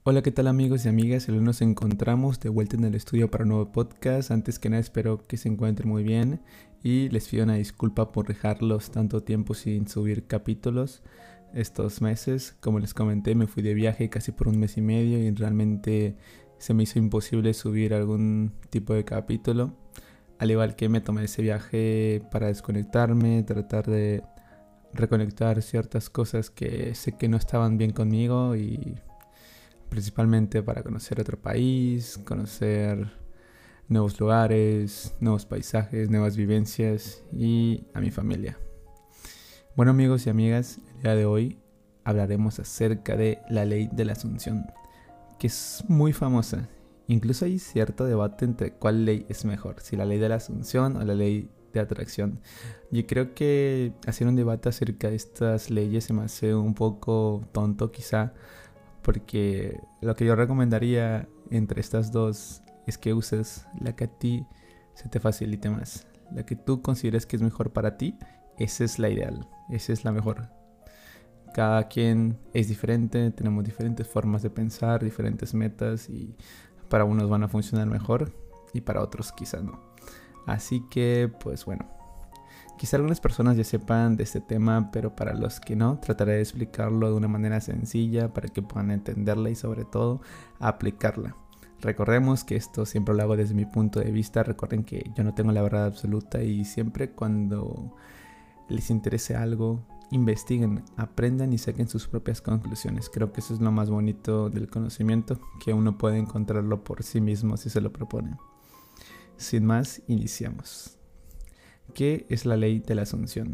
Hola, ¿qué tal amigos y amigas? Hoy nos encontramos de vuelta en el estudio para un nuevo podcast. Antes que nada espero que se encuentren muy bien y les pido una disculpa por dejarlos tanto tiempo sin subir capítulos estos meses. Como les comenté, me fui de viaje casi por un mes y medio y realmente se me hizo imposible subir algún tipo de capítulo. Al igual que me tomé ese viaje para desconectarme, tratar de reconectar ciertas cosas que sé que no estaban bien conmigo y principalmente para conocer otro país, conocer nuevos lugares, nuevos paisajes, nuevas vivencias y a mi familia. Bueno amigos y amigas, el día de hoy hablaremos acerca de la ley de la Asunción, que es muy famosa. Incluso hay cierto debate entre cuál ley es mejor, si la ley de la Asunción o la ley de atracción. Yo creo que hacer un debate acerca de estas leyes se me hace un poco tonto quizá, porque lo que yo recomendaría entre estas dos es que uses la que a ti se te facilite más. La que tú consideres que es mejor para ti, esa es la ideal, esa es la mejor. Cada quien es diferente, tenemos diferentes formas de pensar, diferentes metas y para unos van a funcionar mejor y para otros quizá no. Así que pues bueno, quizá algunas personas ya sepan de este tema, pero para los que no, trataré de explicarlo de una manera sencilla para que puedan entenderla y sobre todo aplicarla. Recordemos que esto siempre lo hago desde mi punto de vista. Recuerden que yo no tengo la verdad absoluta y siempre cuando les interese algo, investiguen, aprendan y saquen sus propias conclusiones. Creo que eso es lo más bonito del conocimiento, que uno puede encontrarlo por sí mismo si se lo propone. Sin más, iniciamos. ¿Qué es la ley de la Asunción?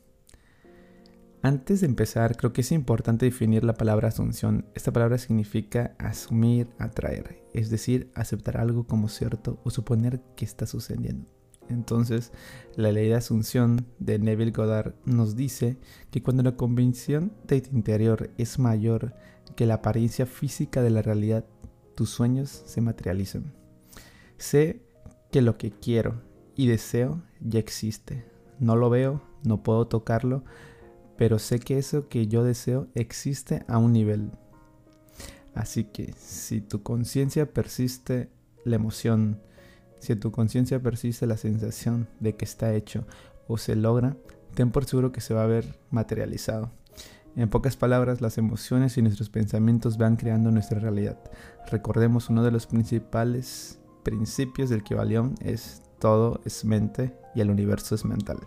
Antes de empezar, creo que es importante definir la palabra asunción. Esta palabra significa asumir, atraer, es decir, aceptar algo como cierto o suponer que está sucediendo. Entonces, la ley de asunción de Neville Goddard nos dice que cuando la convicción de tu interior es mayor que la apariencia física de la realidad, tus sueños se materializan. Sé que lo que quiero y deseo ya existe. No lo veo, no puedo tocarlo, pero sé que eso que yo deseo existe a un nivel. Así que si tu conciencia persiste la emoción, si en tu conciencia persiste la sensación de que está hecho o se logra, ten por seguro que se va a ver materializado. En pocas palabras, las emociones y nuestros pensamientos van creando nuestra realidad. Recordemos, uno de los principales principios del Kybalión es todo es mente y el universo es mental.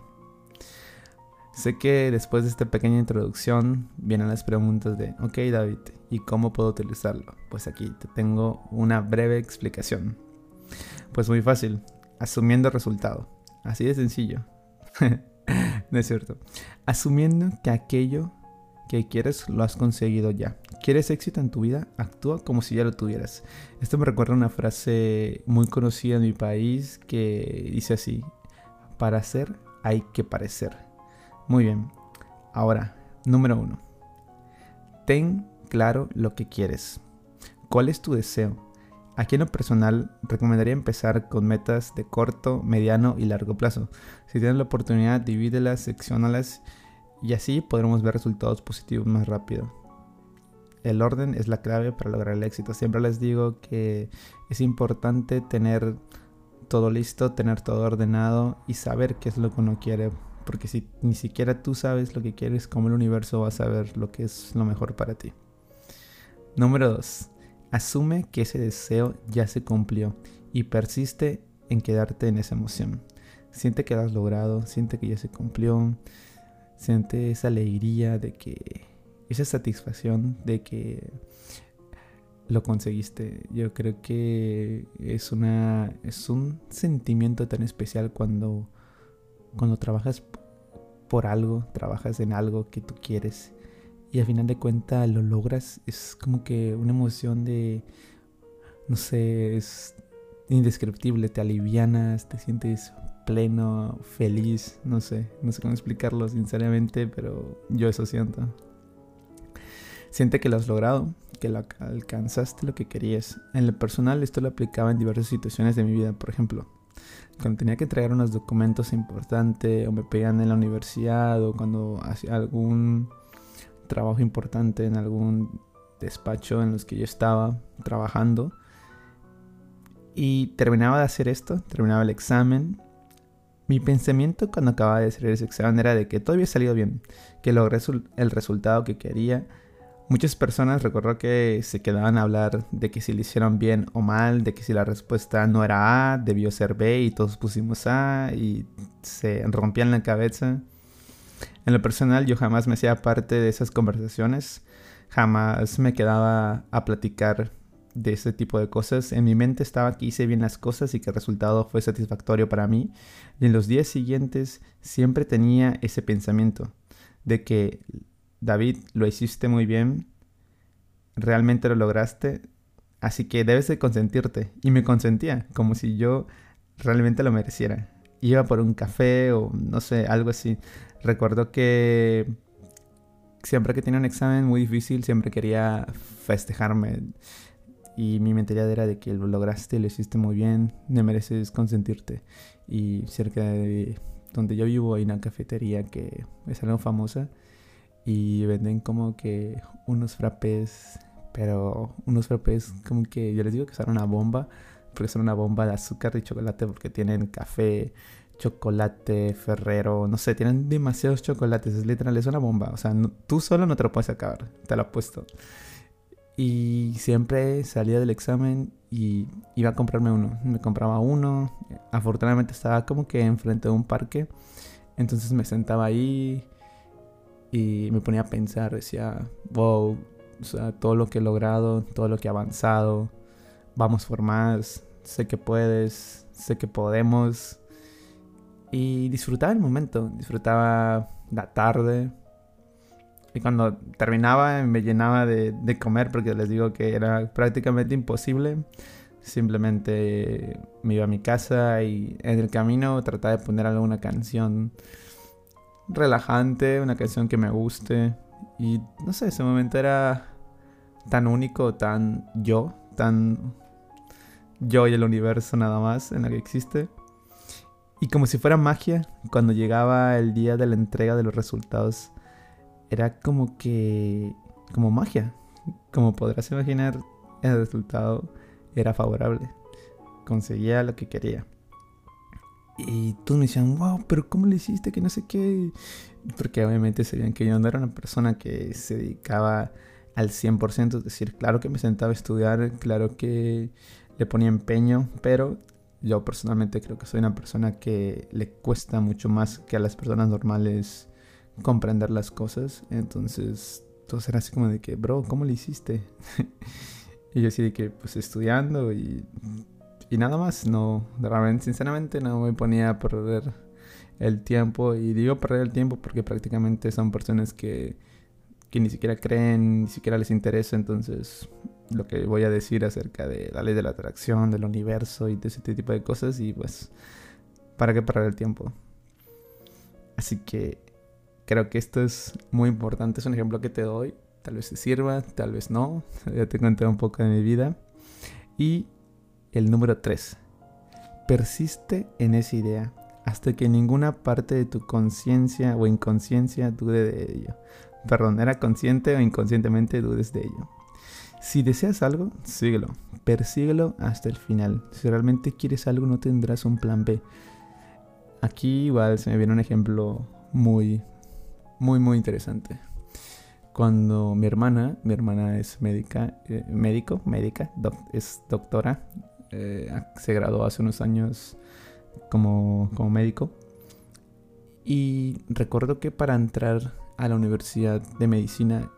Sé que después de esta pequeña introducción vienen las preguntas de, ok David, ¿y cómo puedo utilizarlo? Pues aquí te tengo una breve explicación. Pues muy fácil, asumiendo resultado. Así de sencillo. No es cierto. Asumiendo que aquello que quieres lo has conseguido ya. ¿Quieres éxito en tu vida? Actúa como si ya lo tuvieras. Esto me recuerda a una frase muy conocida en mi país que dice así: para hacer hay que parecer. Muy bien. Ahora, número 1. Ten claro lo que quieres. ¿Cuál es tu deseo? Aquí en lo personal recomendaría empezar con metas de corto, mediano y largo plazo. Si tienes la oportunidad, divídelas, secciónalas y así podremos ver resultados positivos más rápido. El orden es la clave para lograr el éxito. Siempre les digo que es importante tener todo listo, tener todo ordenado y saber qué es lo que uno quiere. Porque si ni siquiera tú sabes lo que quieres, ¿cómo el universo va a saber lo que es lo mejor para ti? Número 2. Asume que ese deseo ya se cumplió y persiste en quedarte en esa emoción. Siente que lo has logrado, siente que ya se cumplió, siente esa alegría de que, esa satisfacción de que lo conseguiste. Yo creo que es un sentimiento tan especial cuando trabajas por algo, trabajas en algo que tú quieres y al final de cuentas lo logras. Es como que una emoción de, no sé, es indescriptible, te alivianas, te sientes pleno, feliz, no sé cómo explicarlo sinceramente, pero yo eso siento. Siente que lo has logrado, que lo alcanzaste lo que querías. En lo personal esto lo aplicaba en diversas situaciones de mi vida. Por ejemplo, cuando tenía que entregar unos documentos importantes o me pedían en la universidad o cuando hacía algún trabajo importante en algún despacho en los que yo estaba trabajando. Y terminaba de hacer esto, terminaba el examen. Mi pensamiento cuando acababa de hacer ese examen era de que todo había salido bien, que logré el resultado que quería. Muchas personas recuerdo que se quedaban a hablar de que si lo hicieron bien o mal, de que si la respuesta no era A, debió ser B y todos pusimos A y se rompían la cabeza. En lo personal yo jamás me hacía parte de esas conversaciones, jamás me quedaba a platicar de ese tipo de cosas. En mi mente estaba que hice bien las cosas y que el resultado fue satisfactorio para mí. Y en los días siguientes siempre tenía ese pensamiento de que David, lo hiciste muy bien, realmente lo lograste, así que debes de consentirte. Y me consentía, como si yo realmente lo mereciera. Iba por un café o no sé, algo así. Recuerdo que siempre que tenía un examen muy difícil, siempre quería festejarme. Y mi mentalidad era de que lo lograste, lo hiciste muy bien, me mereces consentirte. Y cerca de donde yo vivo hay una cafetería que es algo famosa. Y venden como que unos frappés, pero unos frappés como que yo les digo que son una bomba, porque son una bomba de azúcar y chocolate, porque tienen café, chocolate, Ferrero, no sé, tienen demasiados chocolates, es literal, es una bomba, o sea, tú solo no te lo puedes acabar, te lo apuesto. Y siempre salía del examen y iba a comprarme uno, me compraba uno, afortunadamente estaba como que enfrente de un parque, entonces me sentaba ahí y me ponía a pensar, decía, wow, o sea, todo lo que he logrado, todo lo que he avanzado, vamos por más, sé que puedes, sé que podemos. Y disfrutaba el momento, disfrutaba la tarde. Y cuando terminaba me llenaba de comer porque les digo que era prácticamente imposible. Simplemente me iba a mi casa y en el camino trataba de poner alguna canción relajante, una canción que me guste. Y no sé, ese momento era tan único, tan yo y el universo nada más en la que existe. Y como si fuera magia, cuando llegaba el día de la entrega de los resultados, era como magia. Como podrás imaginar, el resultado era favorable. Conseguía lo que quería. Y todos me decían, wow, pero ¿cómo lo hiciste? Que no sé qué. Porque obviamente sabían que yo no era una persona que se dedicaba al 100%. Es decir, claro que me sentaba a estudiar, claro que le ponía empeño, pero yo personalmente creo que soy una persona que le cuesta mucho más que a las personas normales comprender las cosas. Entonces, todo era así como de que, bro, ¿cómo lo hiciste? Y yo así de que, pues estudiando y nada más. No, realmente, sinceramente, no me ponía a perder el tiempo. Y digo perder el tiempo porque prácticamente son personas que ni siquiera creen, ni siquiera les interesa. Entonces, lo que voy a decir acerca de la ley de la atracción, del universo y de ese tipo de cosas. Y pues, ¿para qué perder el tiempo? Así que creo que esto es muy importante. Es un ejemplo que te doy. Tal vez te sirva, tal vez no. Ya te conté un poco de mi vida. Y el número 3. Persiste en esa idea hasta que ninguna parte de tu conciencia o inconsciencia dude de ello. Perdón, era consciente o inconscientemente dudes de ello. Si deseas algo, síguelo. Persíguelo hasta el final. Si realmente quieres algo, no tendrás un plan B. Aquí igual se me viene un ejemplo muy interesante. Cuando mi hermana es es doctora, se graduó hace unos años como médico. Y recuerdo que para entrar a la universidad de medicina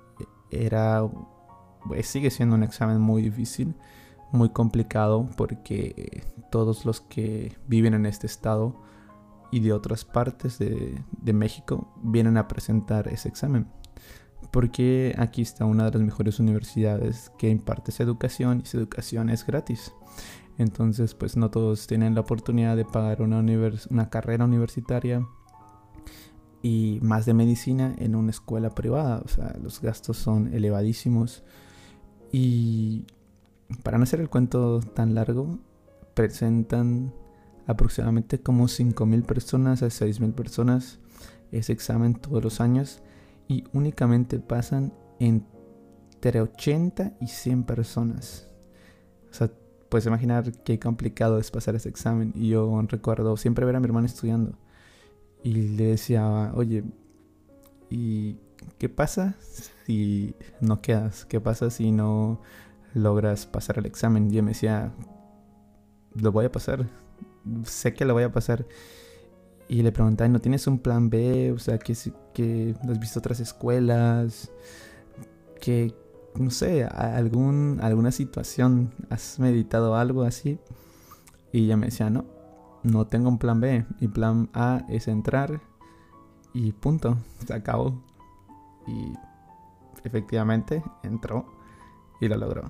sigue siendo un examen muy difícil, muy complicado, porque todos los que viven en este estado y de otras partes de México vienen a presentar ese examen. Porque aquí está una de las mejores universidades que imparte esa educación y esa educación es gratis. Entonces, pues no todos tienen la oportunidad de pagar una carrera universitaria y más de medicina en una escuela privada. O sea, los gastos son elevadísimos. Y para no hacer el cuento tan largo, presentan aproximadamente como 5,000 personas a 6,000 personas ese examen todos los años y únicamente pasan en entre 80 y 100 personas. O sea, puedes imaginar qué complicado es pasar ese examen. Y yo recuerdo siempre ver a mi hermano estudiando. Y le decía, oye, ¿y qué pasa si no quedas? ¿Qué pasa si no logras pasar el examen? Y él me decía, lo voy a pasar. Sé que lo voy a pasar. Y le preguntaba, ¿no tienes un plan B? O sea, que has visto otras escuelas, que, no sé, alguna situación, ¿has meditado algo así? Y ella me decía, no tengo un plan B. Mi plan A es entrar y punto, se acabó. Y efectivamente entró y lo logró.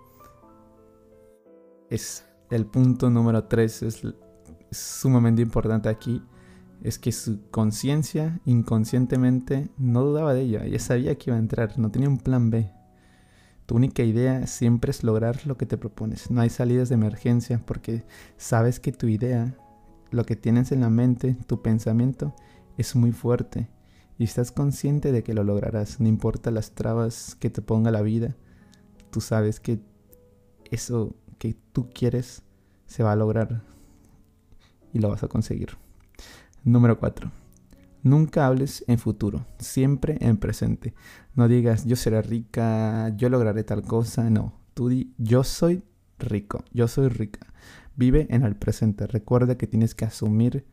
Es el punto número 3, es sumamente importante aquí. Es que su conciencia inconscientemente no dudaba de ello. Ella sabía que iba a entrar, no tenía un plan B. Tu única idea siempre es lograr lo que te propones. No hay salidas de emergencia porque sabes que tu idea, lo que tienes en la mente, tu pensamiento, es muy fuerte. Y estás consciente de que lo lograrás. No importa las trabas que te ponga la vida. Tú sabes que eso que tú quieres se va a lograr y lo vas a conseguir. Número 4. Nunca hables en futuro, siempre en presente. No digas yo seré rica, yo lograré tal cosa. No, tú di yo soy rico, yo soy rica. Vive en el presente. Recuerda que tienes que asumir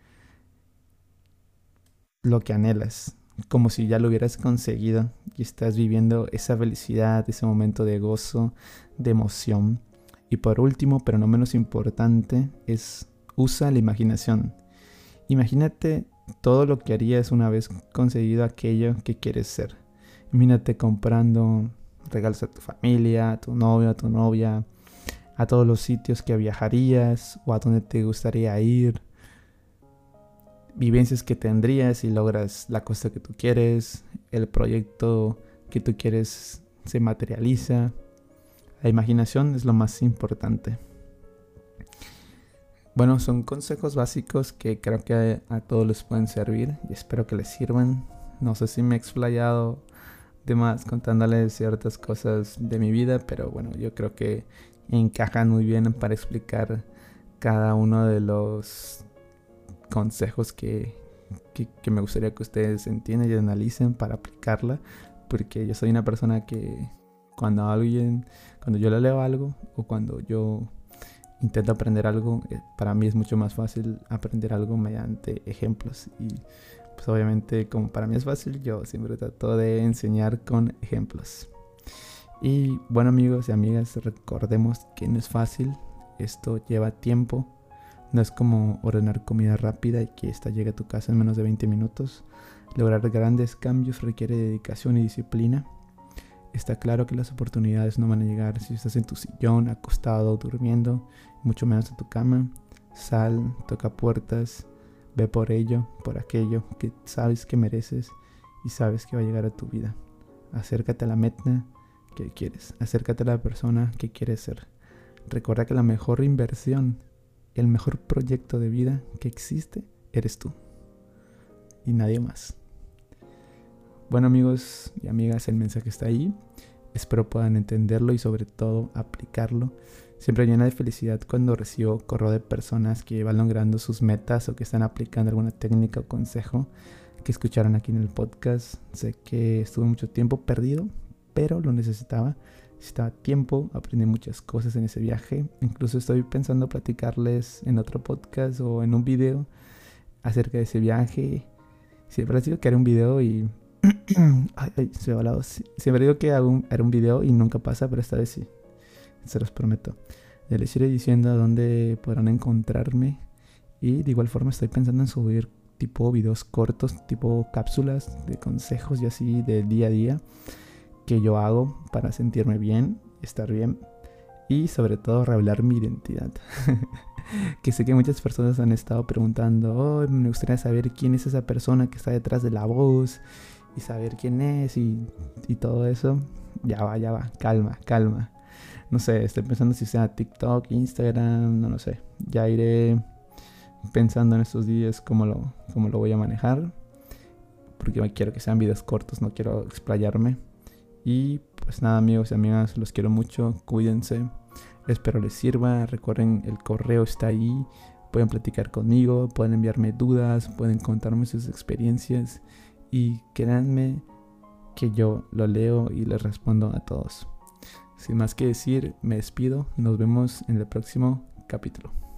lo que anhelas, como si ya lo hubieras conseguido y estás viviendo esa felicidad, ese momento de gozo, de emoción. Y por último, pero no menos importante, es usa la imaginación. Imagínate todo lo que harías una vez conseguido aquello que quieres ser. Imagínate comprando regalos a tu familia, a tu novio, a tu novia, a todos los sitios que viajarías o a donde te gustaría ir. Vivencias que tendrías si logras la cosa que tú quieres, el proyecto que tú quieres se materializa. La imaginación es lo más importante. Bueno, son consejos básicos que creo que a todos les pueden servir y espero que les sirvan. No sé si me he explayado de más contándoles ciertas cosas de mi vida, pero bueno, yo creo que encajan muy bien para explicar cada uno de los consejos que me gustaría que ustedes entiendan y analicen para aplicarla, porque yo soy una persona que cuando yo le leo algo o cuando yo intento aprender algo, para mí es mucho más fácil aprender algo mediante ejemplos y pues obviamente como para mí es fácil, yo siempre trato de enseñar con ejemplos. Y bueno, amigos y amigas, recordemos que no es fácil, esto lleva tiempo. No es como ordenar comida rápida y que esta llegue a tu casa en menos de 20 minutos. Lograr grandes cambios requiere dedicación y disciplina. Está claro que las oportunidades no van a llegar si estás en tu sillón, acostado, durmiendo, mucho menos en tu cama. Sal, toca puertas, ve por ello, por aquello que sabes que mereces y sabes que va a llegar a tu vida. Acércate a la meta que quieres, acércate a la persona que quieres ser. Recuerda que la mejor inversión, el mejor proyecto de vida que existe, eres tú y nadie más. Bueno, amigos y amigas, el mensaje está ahí. Espero puedan entenderlo y sobre todo aplicarlo. Siempre llena de felicidad cuando recibo correo de personas que van logrando sus metas o que están aplicando alguna técnica o consejo que escucharon aquí en el podcast. Sé que estuve mucho tiempo perdido, pero lo necesitaba tiempo, aprendí muchas cosas en ese viaje. Incluso estoy pensando platicarles en otro podcast o en un video acerca de ese viaje. Siempre les digo que haré un video y... se me ha volado. Siempre digo que haré un video y nunca pasa, pero esta vez sí. Se los prometo. Ya les iré diciendo a dónde podrán encontrarme. Y de igual forma estoy pensando en subir tipo videos cortos, tipo cápsulas de consejos y así del día a día que yo hago para sentirme bien, estar bien y sobre todo revelar mi identidad. Que sé que muchas personas han estado preguntando, oh, me gustaría saber quién es esa persona que está detrás de la voz y saber quién es y todo eso. Ya va, calma. No sé, estoy pensando si sea TikTok, Instagram, no lo sé. Ya iré pensando en estos días cómo lo voy a manejar, porque quiero que sean videos cortos, no quiero explayarme. Y pues nada, amigos y amigas, los quiero mucho, cuídense, espero les sirva. Recuerden, el correo está ahí, pueden platicar conmigo, pueden enviarme dudas, pueden contarme sus experiencias y créanme que yo lo leo y les respondo a todos. Sin más que decir, me despido, nos vemos en el próximo capítulo.